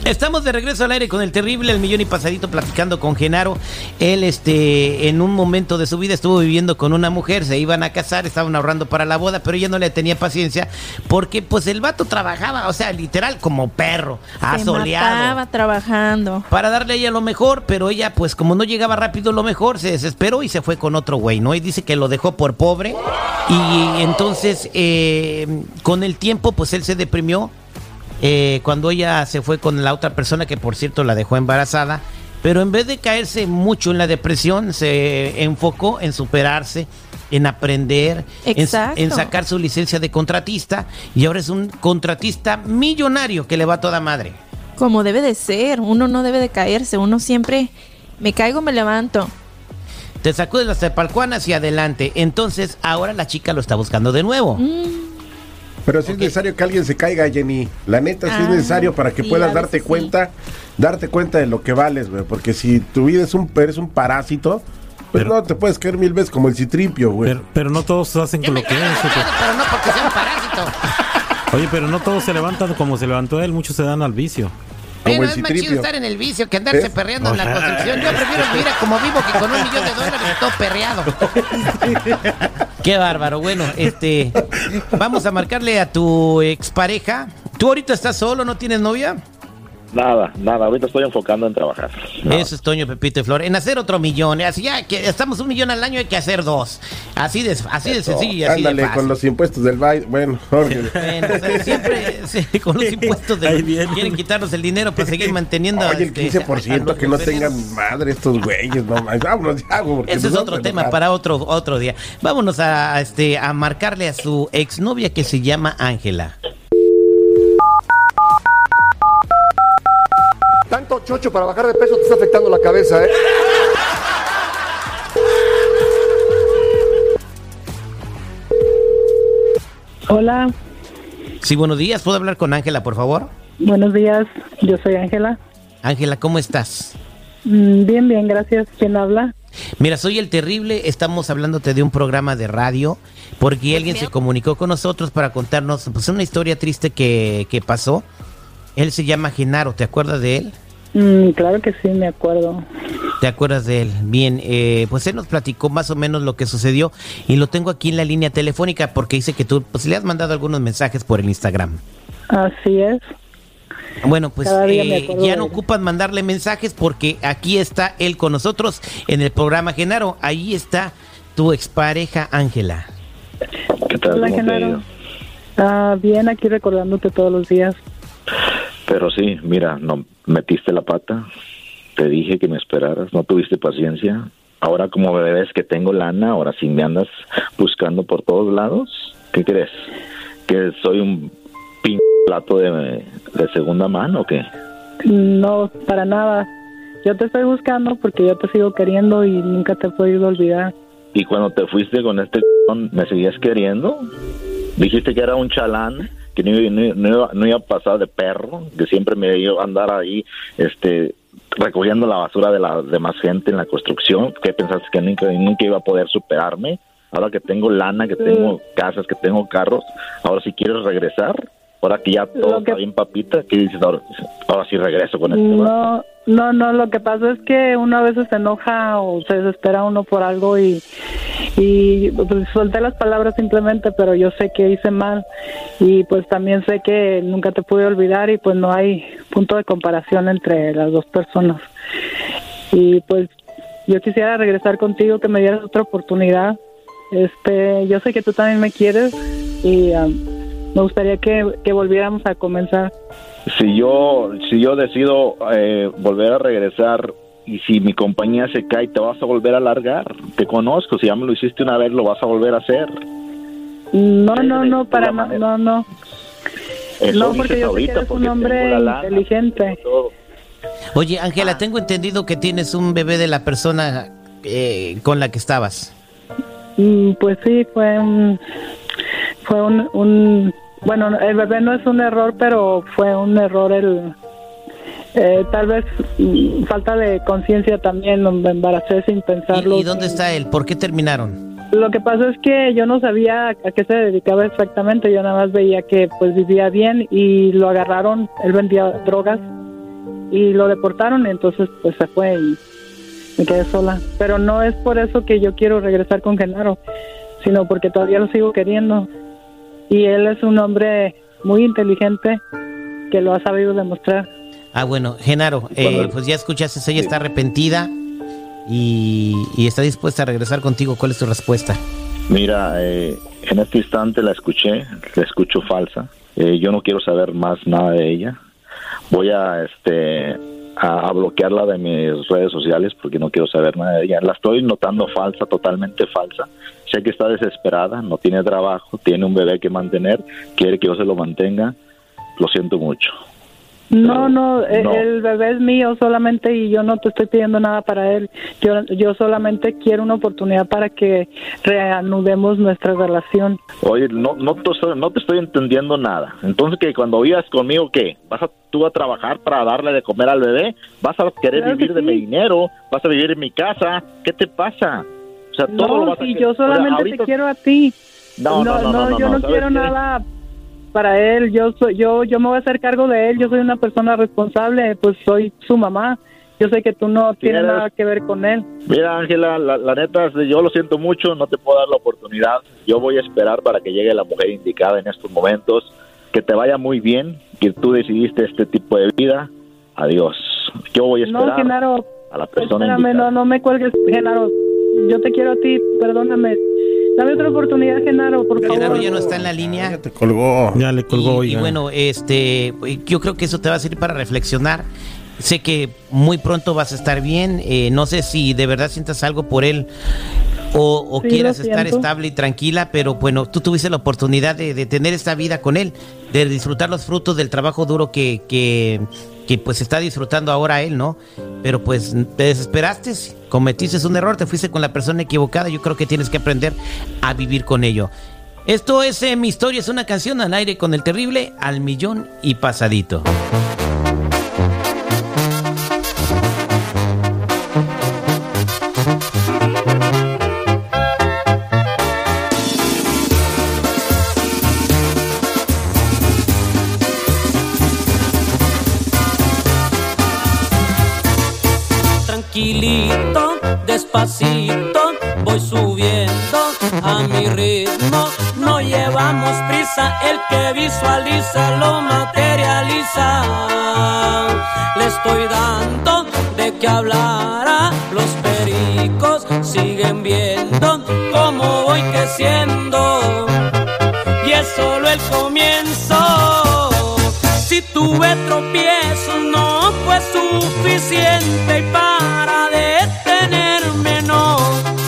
Estamos de regreso al aire con el terrible, el millón y pasadito, platicando con Genaro. Él, en un momento de su vida estuvo viviendo con una mujer, se iban a casar, estaban ahorrando para la boda, pero ella no le tenía paciencia porque, pues, el vato trabajaba, o sea, literal, como perro, asoleado. Se mataba trabajando. Para darle a ella lo mejor, pero ella, pues, como no llegaba rápido lo mejor, se desesperó y se fue con otro güey, ¿no? Y dice que lo dejó por pobre y entonces, con el tiempo, pues, él se deprimió. Cuando ella se fue con la otra persona, que por cierto la dejó embarazada, pero en vez de caerse mucho en la depresión, se enfocó en superarse, en aprender, en sacar su licencia de contratista, y ahora es un contratista millonario que le va a toda madre. Como debe de ser, uno no debe de caerse, uno siempre, me caigo, me levanto. Te sacudes las tepalcuanas y adelante. Entonces ahora la chica lo está buscando de nuevo. Pero sí es necesario que alguien se caiga, Jenny. La neta, sí es necesario para que puedas darte cuenta de lo que vales, güey. Porque si tu vida eres un parásito, pues no te puedes caer 1000 veces como el Citripio, güey. Pero no todos hacen lo que es. Pero no porque sea un parásito. Oye, pero no todos se levantan como se levantó él, muchos se dan al vicio. Pero es más chido estar en el vicio que andarse perreando en la construcción. Yo prefiero vivir como vivo que con $1 millón y todo perreado. Qué bárbaro. Bueno, vamos a marcarle a tu expareja. ¿Tú ahorita estás solo? ¿No tienes novia? Nada, ahorita estoy enfocando en trabajar. Eso es Toño, Pepito y Flor, en hacer otro millón. Así ya que estamos 1 millón al año, hay que hacer 2. Así de sencillo y así ándale, de fácil. con los impuestos del baile. Bueno, Jorge. Bueno, o sea, siempre con los impuestos quieren quitarnos el dinero para seguir manteniendo. Oye, el 15% que no tengan madre estos güeyes, no más. Vámonos ya, güey. Ese es otro tema para otro día. Vámonos a marcarle a su exnovia que se llama Ángela. Tanto chocho para bajar de peso te está afectando la cabeza, ¿eh? Hola. Sí, buenos días. ¿Puedo hablar con Ángela, por favor? Buenos días. Yo soy Ángela. Ángela, ¿cómo estás? Bien, gracias. ¿Quién habla? Mira, soy el terrible. Estamos hablándote de un programa de radio porque alguien se comunicó con nosotros para contarnos, pues, una historia triste que pasó. Él se llama Genaro, ¿te acuerdas de él? Claro que sí, me acuerdo. ¿Te acuerdas de él? Bien, pues él nos platicó más o menos lo que sucedió y lo tengo aquí en la línea telefónica porque dice que tú, pues, le has mandado algunos mensajes por el Instagram. Así es. Bueno, pues ya no ocupan mandarle mensajes porque aquí está él con nosotros en el programa. Genaro, ahí está tu expareja Ángela. ¿Qué tal? Hola, Genaro. Bien, aquí recordándote todos los días. Pero sí, mira, no metiste la pata, te dije que me esperaras, no tuviste paciencia. Ahora como me ves que tengo lana, ahora sí me andas buscando por todos lados. ¿Qué crees? ¿Que soy un plato de segunda mano o qué? No, para nada. Yo te estoy buscando porque yo te sigo queriendo y nunca te he podido olvidar. ¿Y cuando te fuiste con me seguías queriendo? Dijiste que era un chalán, que no iba a pasar de perro, que siempre me iba a andar ahí recogiendo la basura de la demás gente en la construcción. ¿Qué pensaste? Que nunca iba a poder superarme. Ahora que tengo lana, que tengo casas, que tengo carros, ahora sí quieres regresar. Ahora que ya todo está bien, papita, ¿qué dices ahora? Ahora sí regreso con No, lo que pasa es que uno a veces se enoja o se desespera uno por algo y pues solté las palabras simplemente, pero yo sé que hice mal y pues también sé que nunca te pude olvidar y pues no hay punto de comparación entre las dos personas. Y pues yo quisiera regresar contigo, que me dieras otra oportunidad. Yo sé que tú también me quieres y me gustaría que volviéramos a comenzar. Si yo decido volver a regresar y si mi compañía se cae, ¿te vas a volver a largar? Te conozco, si ya me lo hiciste una vez, lo vas a volver a hacer. No, para nada, no. No, porque yo sé que eres un hombre inteligente. Oye, Ángela, tengo entendido que tienes un bebé de la persona con la que estabas. Pues sí, fue un bueno, el bebé no es un error, pero fue un error tal vez falta de conciencia también, me embaracé sin pensarlo. ¿Y dónde está él? ¿Por qué terminaron? Lo que pasa es que yo no sabía a qué se dedicaba exactamente, yo nada más veía que pues vivía bien y lo agarraron, él vendía drogas y lo deportaron, entonces pues se fue y me quedé sola. Pero no es por eso que yo quiero regresar con Genaro, sino porque todavía lo sigo queriendo. Y él es un hombre muy inteligente que lo ha sabido demostrar. Bueno, Genaro, pues ya escuchaste, ella está arrepentida y está dispuesta a regresar contigo. ¿Cuál es tu respuesta? Mira, en este instante la escucho falsa. Yo no quiero saber más nada de ella. Voy a bloquearla de mis redes sociales porque no quiero saber nada de ella. La estoy notando falsa, totalmente falsa. Sé que está desesperada, no tiene trabajo, tiene un bebé que mantener, quiere que yo se lo mantenga. Lo siento mucho. No, el bebé es mío solamente y yo no te estoy pidiendo nada para él. Yo solamente quiero una oportunidad para que reanudemos nuestra relación. Oye, no te estoy entendiendo nada. Entonces, que cuando vivas conmigo, ¿qué? ¿Vas tú a trabajar para darle de comer al bebé? ¿Vas a querer vivir de mi dinero? ¿Vas a vivir en mi casa? ¿Qué te pasa? O sea, todo lo vas a yo solamente ahorita... te quiero a ti. No, yo no quiero nada para él. Yo me voy a hacer cargo de él. Yo soy una persona responsable, pues soy su mamá. Yo sé que tú no tienes nada que ver con él. Mira, Ángela, la neta, yo lo siento mucho, no te puedo dar la oportunidad. Yo voy a esperar para que llegue la mujer indicada en estos momentos. Que te vaya muy bien, que tú decidiste este tipo de vida. Adiós. Yo voy a esperar Genaro, a la persona espérame, indicada. No me cuelgues, Genaro. Yo te quiero a ti, perdóname. Dame otra oportunidad, Genaro, por favor. Genaro ya no está en la línea. Ya te colgó. Ya le colgó. Y bueno, yo creo que eso te va a servir para reflexionar. Sé que muy pronto vas a estar bien. No sé si de verdad sientas algo por él o sí, quieras estar estable y tranquila, pero bueno, tú tuviste la oportunidad de tener esta vida con él, de disfrutar los frutos del trabajo duro que pues está disfrutando ahora él, ¿no? Pero pues te desesperaste, cometiste un error, te fuiste con la persona equivocada. Yo creo que tienes que aprender a vivir con ello. Esto es Mi Historia, es una canción al aire con el terrible al millón y pasadito. Tranquilito, despacito, voy subiendo a mi ritmo. No llevamos prisa, el que visualiza lo materializa. Le estoy dando de qué hablar a los pericos, siguen viendo cómo voy creciendo. Y es solo el comienzo. Si tuve tropiezos no fue suficiente y para detenerme no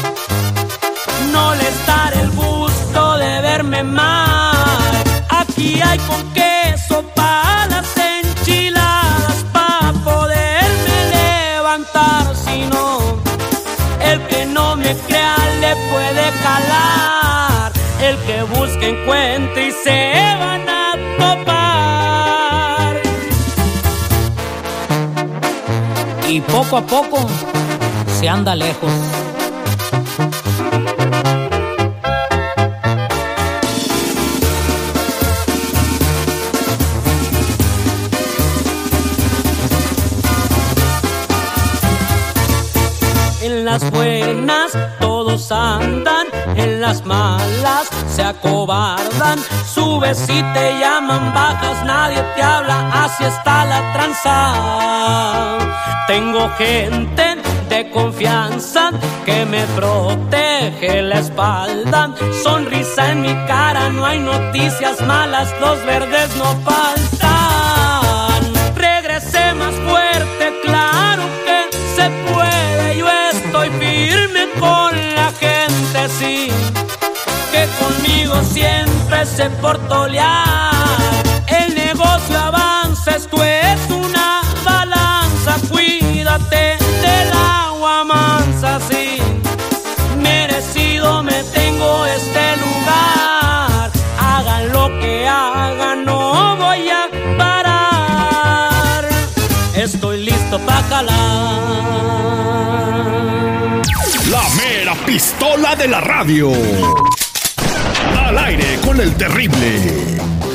les daré el gusto de verme mal. Aquí hay con queso para las enchiladas, para poderme levantar. Si no, el que no me crea le puede calar. El que busque encuentre y se van a topar. Y poco a poco se anda lejos. En las buenas todos andan, en las malas se acobardan. Subes y te llaman, bajas, nadie te habla, así está la tranza. Tengo gente de confianza que me protege la espalda. Sonrisa en mi cara, no hay noticias malas, los verdes no faltan. Regresé más fuerte, claro que se puede, yo estoy firme con la gente, sí, que conmigo siempre se portó leal. El negocio avanza, esto es una balanza, cuídate del agua mansa, sí, merecido me tengo este lugar. Hagan lo que hagan, no voy a parar, estoy listo para calar. La mera pistola de la radio. Al aire con el terrible.